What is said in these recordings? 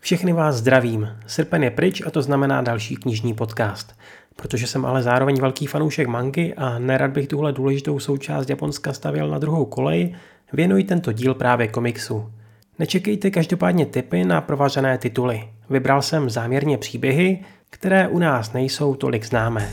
Všechny vás zdravím. Srpen je pryč a to znamená další knižní podcast. Protože jsem ale zároveň velký fanoušek mangy a nerad bych tuhle důležitou součást Japonska stavěl na druhou kolej, věnuji tento díl právě komiksu. Nečekejte každopádně tipy na provařené tituly. Vybral jsem záměrně příběhy, které u nás nejsou tolik známé.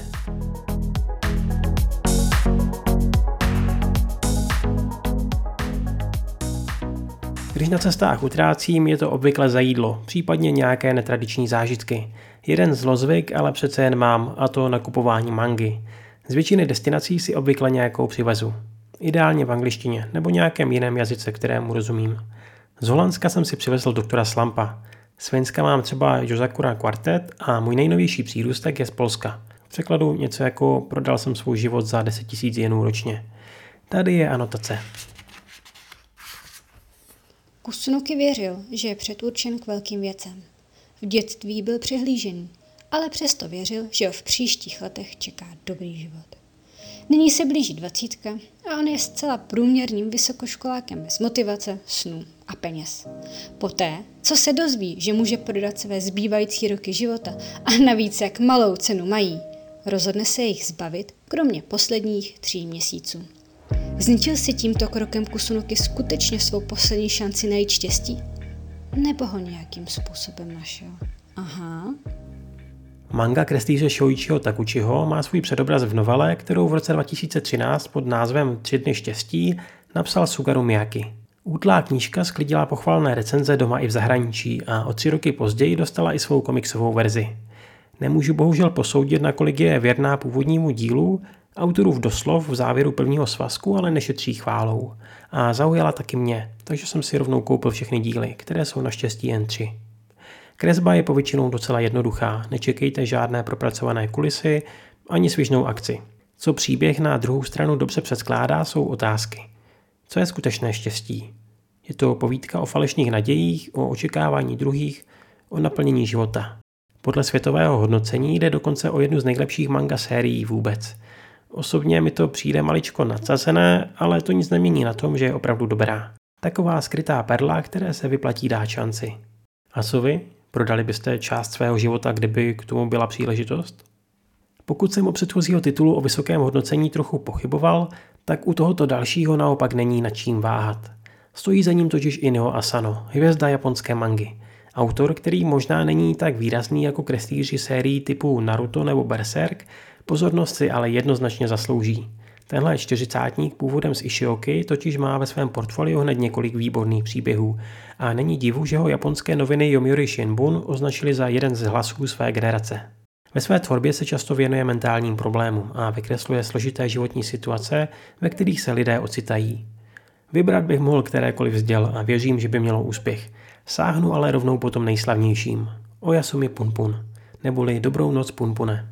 Když na cestách utrácím, je to obvykle za jídlo, případně nějaké netradiční zážitky. Jeden zlozvyk ale přece jen mám, a to nakupování mangy. Z většiny destinací si obvykle nějakou přivezu. Ideálně v angličtině nebo nějakém jiném jazyce, kterému rozumím. Z Holandska jsem si přivezl doktora Slumpa. Z Finska mám třeba Yozakura Quartet a můj nejnovější přírůstek je z Polska. V překladu něco jako prodal jsem svůj život za 10 000 jenů ročně. Tady je anotace. Kusunoki věřil, že je předurčen k velkým věcem. V dětství byl přehlížený, ale přesto věřil, že ho v příštích letech čeká dobrý život. Nyní se blíží 20 a on je zcela průměrným vysokoškolákem bez motivace, snů a peněz. Poté, co se dozví, že může prodat své zbývající roky života a navíc jak malou cenu mají, rozhodne se jich zbavit, kromě posledních 3 měsíců. Zničil si tímto krokem Kusunoki skutečně svou poslední šanci najít štěstí? Nebo ho nějakým způsobem našel? Aha. Manga kreslíře Shōichiho Takuchiho má svůj předobraz v novele, kterou v roce 2013 pod názvem 3 dny štěstí napsal Sugaru Miyake. Útlá knížka sklidila pochvalné recenze doma i v zahraničí a o 3 roky později dostala i svou komiksovou verzi. Nemůžu bohužel posoudit, nakolik je věrná původnímu dílu, autorův doslov v závěru prvního svazku ale nešetří chválou. A zaujala taky mě, takže jsem si rovnou koupil všechny díly, které jsou naštěstí jen 3. Kresba je povětšinou docela jednoduchá, nečekejte žádné propracované kulisy ani svižnou akci. Co příběh na druhou stranu dobře předskládá, jsou otázky. Co je skutečné štěstí? Je to povídka o falešných nadějích, o očekávání druhých, o naplnění života. Podle světového hodnocení jde dokonce o jednu z nejlepších manga sérií vůbec. Osobně mi to přijde maličko nadsazené, ale to nic nemění na tom, že je opravdu dobrá. Taková skrytá perla, které se vyplatí dát šanci. A co vy? Prodali byste část svého života, kdyby k tomu byla příležitost? Pokud jsem o předchozího titulu o vysokém hodnocení trochu pochyboval, tak u tohoto dalšího naopak není nad čím váhat. Stojí za ním totiž Inio Asano, hvězda japonské mangy. Autor, který možná není tak výrazný jako kreslíři sérií typu Naruto nebo Berserk, pozornost si ale jednoznačně zaslouží. Tenhle 40-tník původem z Ishioky totiž má ve svém portfoliu hned několik výborných příběhů a není divu, že ho japonské noviny Yomiuri Shimbun označili za jeden z hlasů své generace. Ve své tvorbě se často věnuje mentálním problémům a vykresluje složité životní situace, ve kterých se lidé ocitají. Vybrat bych mohl kterékoliv z děl a věřím, že by mělo úspěch. Sáhnu ale rovnou po tom nejslavnějším. Oyasumi Punpun, neboli Dobrou noc Punpune.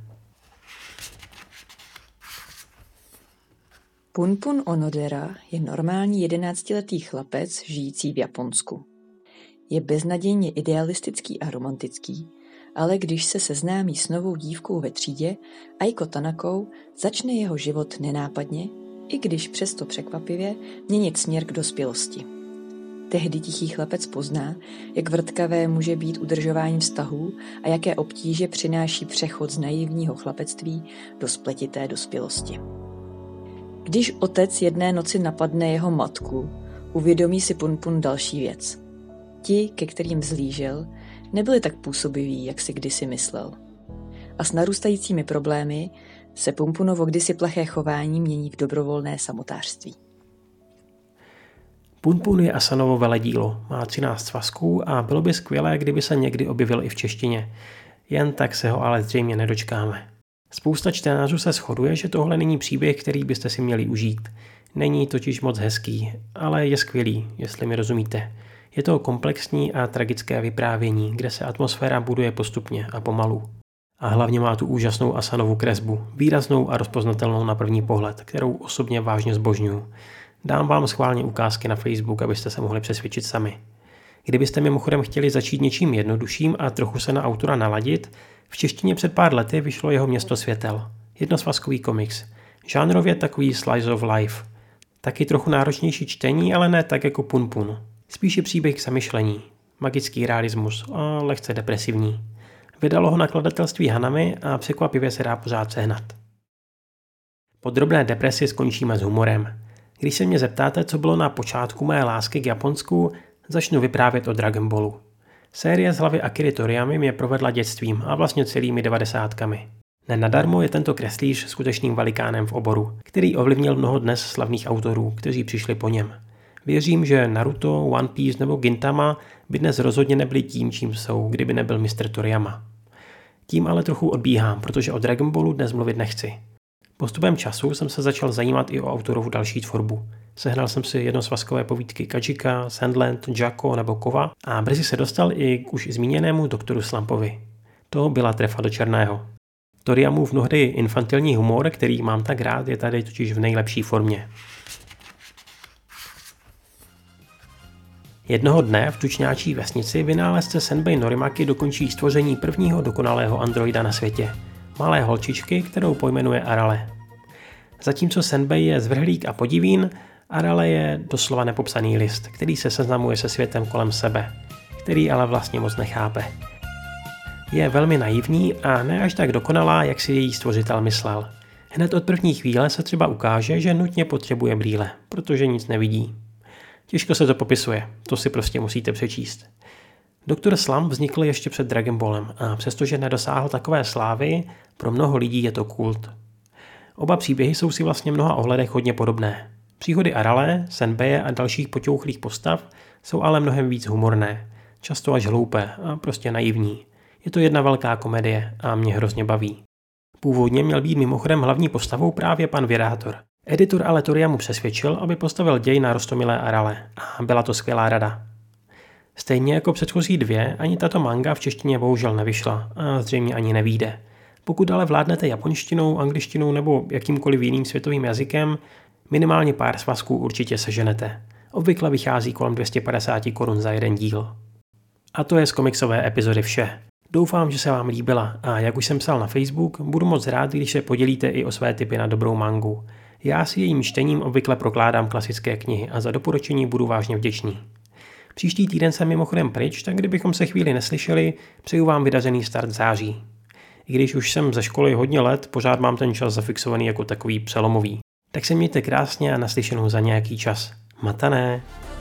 Punpun Onodera je normální 11letý chlapec žijící v Japonsku. Je beznadějně idealistický a romantický, ale když se seznámí s novou dívkou ve třídě, Aiko Tanakou, začne jeho život nenápadně, i když přesto překvapivě měnit směr k dospělosti. Tehdy tichý chlapec pozná, jak vrtkavé může být udržování vztahů a jaké obtíže přináší přechod z naivního chlapectví do spletité dospělosti. Když otec jedné noci napadne jeho matku, uvědomí si Punpun další věc. Ti, ke kterým zlížel, nebyli tak působiví, jak si kdysi myslel. A s narůstajícími problémy se Punpunovo kdysi plaché chování mění v dobrovolné samotářství. Punpun je Asanovo veledílo, má 13 svazků a bylo by skvělé, kdyby se někdy objevil i v češtině. Jen tak se ho ale zřejmě nedočkáme. Spousta čtenářů se shoduje, že tohle není příběh, který byste si měli užít. Není totiž moc hezký, ale je skvělý, jestli mi rozumíte. Je to komplexní a tragické vyprávění, kde se atmosféra buduje postupně a pomalu. A hlavně má tu úžasnou Asanovu kresbu, výraznou a rozpoznatelnou na první pohled, kterou osobně vážně zbožňuju. Dám vám schválně ukázky na Facebook, abyste se mohli přesvědčit sami. Kdybyste mimochodem chtěli začít něčím jednodušším a trochu se na autora naladit, v češtině před pár lety vyšlo jeho Město světel. Jednosvazkový komiks. Žánrově takový slice of life. Taky trochu náročnější čtení, ale ne tak jako Punpun. Spíše příběh k zamyšlení. magický realismus a lehce depresivní. Vydalo ho nakladatelství Hanami a překvapivě se dá pořád sehnat. Po drobné depresi skončíme s humorem. Když se mě zeptáte, co bylo na počátku mé lásky k Japonsku, začnu vyprávět o Dragon Ballu. Série z hlavy Akiry Toriyamy mě provedla dětstvím a vlastně celými 90kami. Nenadarmo je tento kreslíř skutečným velikánem v oboru, který ovlivnil mnoho dnes slavných autorů, kteří přišli po něm. Věřím, že Naruto, One Piece nebo Gintama by dnes rozhodně nebyli tím, čím jsou, kdyby nebyl Mr. Toriyama. Tím ale trochu odbíhám, protože o Dragon Ballu dnes mluvit nechci. Postupem času jsem se začal zajímat i o autorovu další tvorbu. Sehnal jsem si jednosvazkové povídky Kajika, Sandland, Jacko nebo Kova a brzy se dostal i k už zmíněnému doktoru Slumpovi. To byla trefa do černého. Toriyamův mnohdy infantilní humor, který mám tak rád, je tady totiž v nejlepší formě. Jednoho dne v tučňáčí vesnici vynálezce Senbei Norimaki dokončí stvoření prvního dokonalého androida na světě. Malé holčičky, kterou pojmenuje Arale. Zatímco Senbei je zvrhlík a podivín, Arale je doslova nepopsaný list, který se seznamuje se světem kolem sebe, který ale vlastně moc nechápe. Je velmi naivní a ne až tak dokonalá, jak si její stvořitel myslel. Hned od první chvíle se třeba ukáže, že nutně potřebuje brýle, protože nic nevidí. Těžko se to popisuje, to si prostě musíte přečíst. Doktor Slump vznikl ještě před Dragon Ballem a přestože nedosáhl takové slávy, pro mnoho lidí je to kult. Oba příběhy jsou si vlastně v mnoha ohledech hodně podobné. Příhody Arale, Senbeie a dalších poťouchlých postav jsou ale mnohem víc humorné, často až hloupé a prostě naivní. Je to jedna velká komedie a mě hrozně baví. Původně měl být mimochodem hlavní postavou právě pan Věrátor. Editor ale Toriyamu přesvědčil, aby postavil děj na roztomilé Arale a byla to skvělá rada. Stejně jako předchozí dvě, ani tato manga v češtině bohužel nevyšla a zřejmě ani nevyjde. Pokud ale vládnete japonštinou, angličtinou nebo jakýmkoliv jiným světovým jazykem, minimálně pár svazků určitě seženete. Obvykle vychází kolem 250 korun za jeden díl. A to je z komiksové epizody vše. Doufám, že se vám líbila a jak už jsem psal na Facebook, budu moc rád, když se podělíte i o své tipy na dobrou mangu. Já si jejím čtením obvykle prokládám klasické knihy a za doporučení budu vážně vděčný. Příští týden jsem mimochodem pryč, tak kdybychom se chvíli neslyšeli, přeju vám vydařený start září. I když už jsem ze školy hodně let, pořád mám ten čas zafixovaný jako takový přelomový. Tak se mějte krásně a naslyšenou za nějaký čas. Matané!